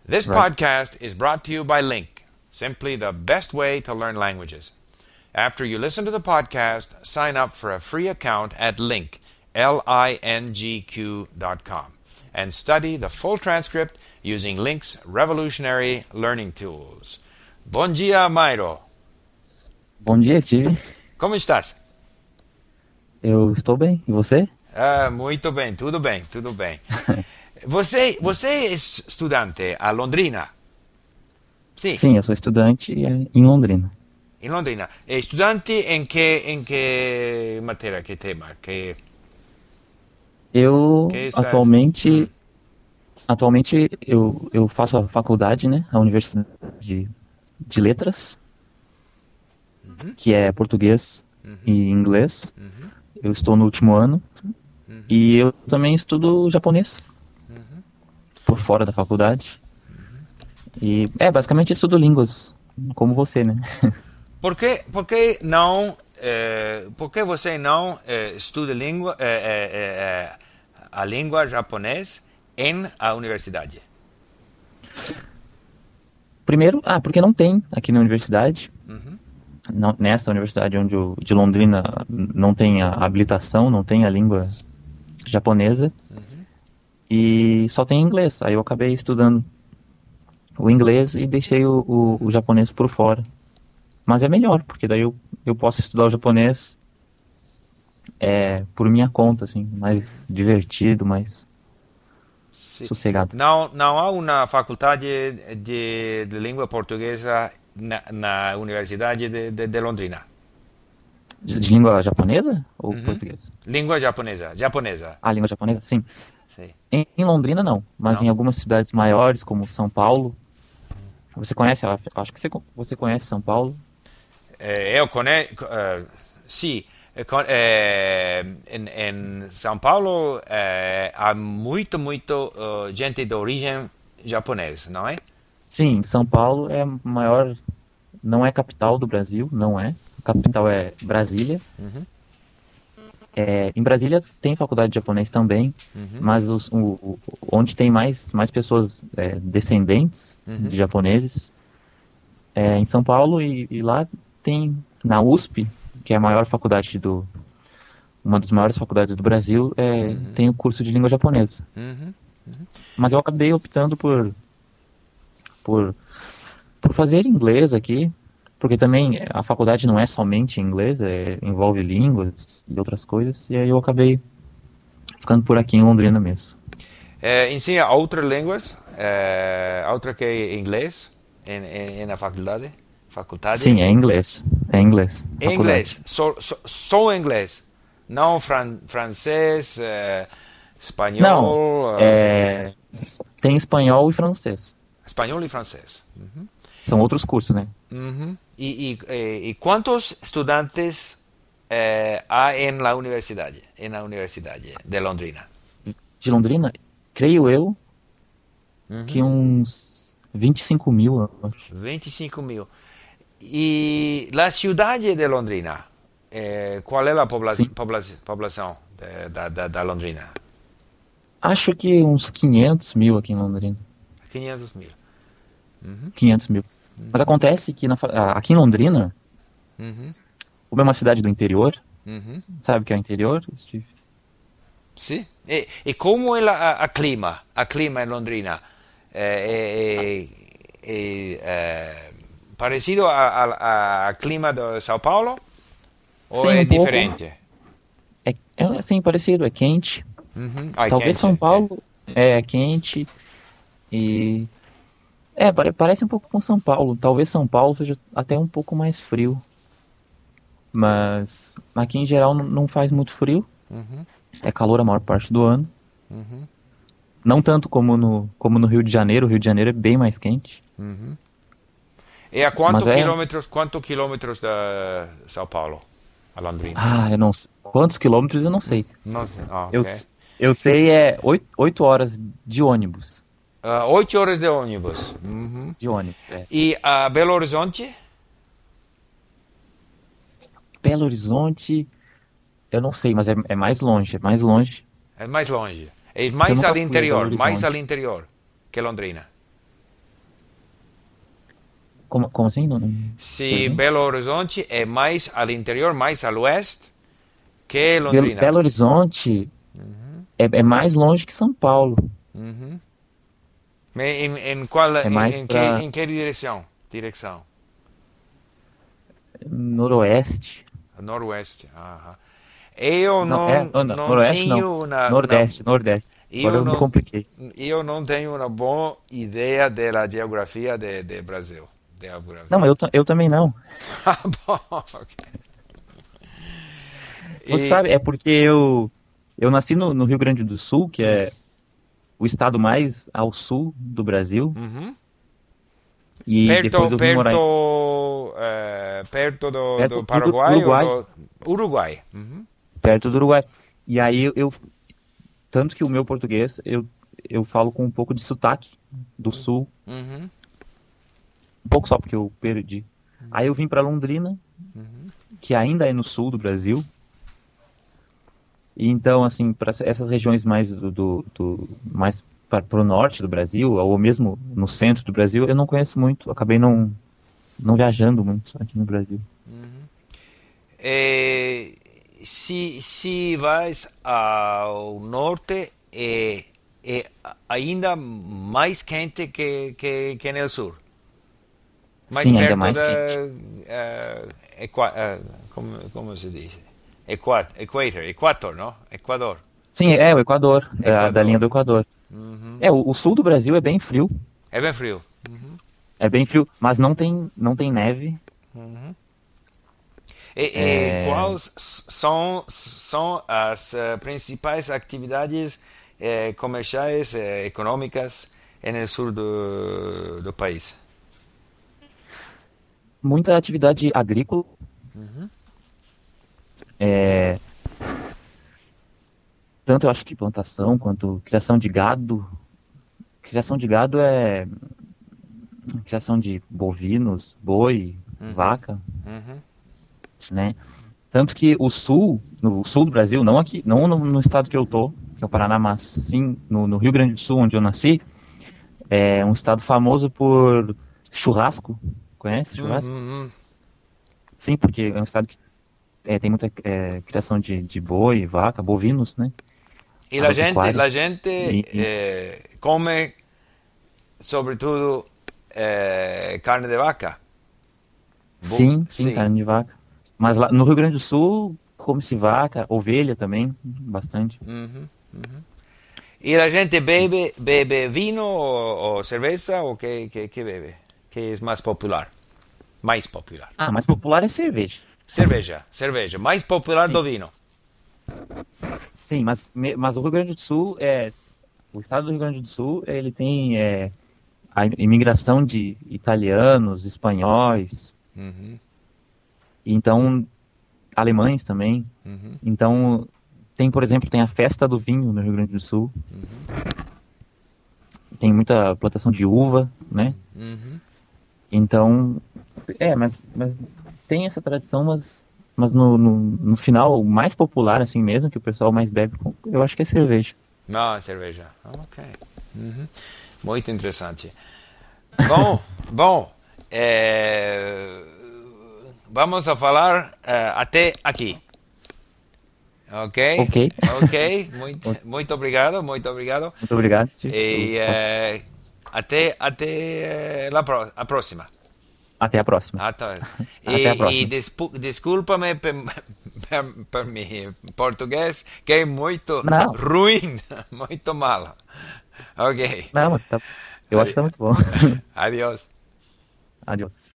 This Right. podcast is brought to you by Link, simply the best way to learn languages. After you listen to the podcast, sign up for a free account at Link, LINGQ.com, and study the full transcript using Link's revolutionary learning tools. Bom dia, Mairo. Bom dia, Steve. Como estás? Eu estou bem. E você? Muito bem, tudo bem, tudo bem. Você é estudante a Londrina? Sim, Sim, eu sou estudante em Londrina. em Londrina. É estudante em que matéria, que tema? Que Eu estás? Hum, atualmente eu faço a faculdade, né? A Universidade de Letras, que é português e inglês. Eu estou no último ano e eu também estudo japonês por fora da faculdade. E basicamente estudo línguas, como você, né? por que você não estuda a língua japonesa em a universidade? Primeiro, porque não tem aqui na universidade. Nessa universidade de Londrina não tem a habilitação, não tem a língua japonesa e só tem inglês. Aí eu acabei estudando o inglês e deixei o japonês por fora. Mas é melhor, porque daí eu posso estudar o japonês por minha conta, assim, mais divertido, mais Sim. sossegado. Não há uma faculdade de língua portuguesa na Universidade de Londrina. De língua japonesa ou portuguesa? Língua japonesa. Japonesa. Ah, língua japonesa? Sim. Sim. Em Londrina não, mas em Não? algumas cidades maiores, como São Paulo. Você conhece? Eu acho que você conhece São Paulo. Eu conheço. Sim. Em São Paulo há muito gente de origem japonesa, não é? Sim, São Paulo é a maior, não é capital do Brasil, não é. A capital é Brasília. Em Brasília tem faculdade de japonês também, mas onde tem mais pessoas descendentes de japoneses é em São Paulo e lá tem na USP, que é a maior faculdade uma das maiores faculdades do Brasil, tem o curso de língua japonesa. Mas eu acabei optando por, por fazer inglês aqui, porque também a faculdade não é somente inglês, envolve línguas e outras coisas, e aí eu acabei ficando por aqui em Londrina mesmo. Ensina outras línguas, outra que inglês, na faculdade? Sim, é inglês. É inglês. Inglês, Faculdade. só inglês. Não francês, Não, espanhol, tem espanhol e francês. espanhol e francês. São outros cursos, né? E quantos estudantes há na universidade, de Londrina? De Londrina, creio eu que uns 25 mil, eu acho. 25.000. E a cidade de Londrina, qual é a Sim. população da Londrina? Acho que uns 500 mil aqui em Londrina. 500.000. 500 mil. Mas acontece que aqui em Londrina, como é uma cidade do interior, sabe o que é o interior, Steve? Sim. E como é a clima? A clima em Londrina é parecido a clima de São Paulo ou Sim, é um pouco. diferente? É assim, parecido, é quente. Ah, é Talvez quente. São Paulo é quente e... parece um pouco com São Paulo. Talvez São Paulo seja até um pouco mais frio. Mas aqui em geral não faz muito frio. É calor a maior parte do ano. Não tanto como no Rio de Janeiro. O Rio de Janeiro é bem mais quente. E a Mas quanto quilômetros de São Paulo, a Londrina? eu não sei. Quantos quilômetros eu não sei. Não sei. Ah, Eu, ok. eu sei 8 horas de ônibus. 8 horas de ônibus. De ônibus, E a Belo Horizonte? Belo Horizonte, eu não sei, mas é mais longe. É mais longe. É mais longe. É Porque eu mais nunca ao fui a Belo interior, mais ao Horizonte. interior que Londrina. Como assim? Não Se entendi. Belo Horizonte é mais ao interior, mais ao oeste que Londrina. Belo Horizonte é mais longe que São Paulo. Em qual, É mais para em que direção? Direção? noroeste. Noroeste. Aham. Eu Não, não, não noroeste não. tenho Nordeste, nordeste. Agora eu eu me não, compliquei. eu não tenho uma boa ideia da geografia de Brasil. De Não, Brasil. mas eu também não. Ah, bom, ok. Você E, sabe, é porque eu nasci no Rio Grande do Sul, que é o estado mais ao sul do Brasil, uhum. e depois eu vim morar Perto do perto do Paraguai ou Uruguai, do Uruguai? Uhum. perto do Uruguai. E aí tanto que o meu português eu falo com um pouco de sotaque do sul, Uhum. um pouco só porque eu perdi. Aí eu vim para Londrina, que ainda é no sul do Brasil. E então, assim, para essas regiões mais mais para o norte do Brasil, ou mesmo no centro do Brasil, eu não conheço muito. Acabei não viajando muito aqui no Brasil. Eh, se vais ao norte, é ainda mais quente que no sul. Mais Sim, ainda perto mais da. quente. Como se diz? Equator, não? Equador. Sim, é o Equador, é da linha Equador. do Equador. Uhum. É, o sul do Brasil é bem frio. É bem frio. É bem frio, mas não tem neve. E quais são as principais atividades comerciais, econômicas no sul do país? Muita atividade agrícola, tanto eu acho que plantação quanto criação de gado. Criação de gado é criação de bovinos, boi, Uhum, vaca, uhum, né? Tanto que no sul do Brasil, não aqui, não no estado que eu tô, que é o Paraná, mas sim no Rio Grande do Sul, onde eu nasci, é um estado famoso por churrasco. Conhece churrasco? uhum. Sim, porque é um estado que tem muita criação de boi, vaca, bovinos, né? E Agropecuária. la gente E come sobretudo carne de vaca. sim, Sim. carne de vaca. Mas lá no Rio Grande do Sul, come-se vaca, ovelha também, bastante. Uhum. E la gente bebe vino o cerveza o que bebe? Que é mais popular? Mais popular. Ah, mais popular é cerveja. Cerveja. Mais popular Sim, do vino. sim, mas o Rio Grande do Sul o estado do Rio Grande do Sul, ele tem a imigração de italianos, espanhóis, Uhum, então alemães também. uhum, Então tem, por exemplo, tem a festa do vinho no Rio Grande do Sul. Tem muita plantação de uva, né? uhum. Então, mas tem essa tradição, mas no final, o mais popular assim mesmo, que o pessoal mais bebe, eu acho que é cerveja. Não, cerveja. Ok. Uhum. Muito interessante. Bom, eh, vamos a falar até aqui. Ok? Ok, Ok, muito obrigado, muito obrigado. muito obrigado, Steve. E até a próxima. Até a próxima. Até. Até a E próxima. desculpa-me por meu português, que é muito Não, ruim, muito mal. Ok. não, mas tá, eu acho que tá muito bom. Adiós. Adiós.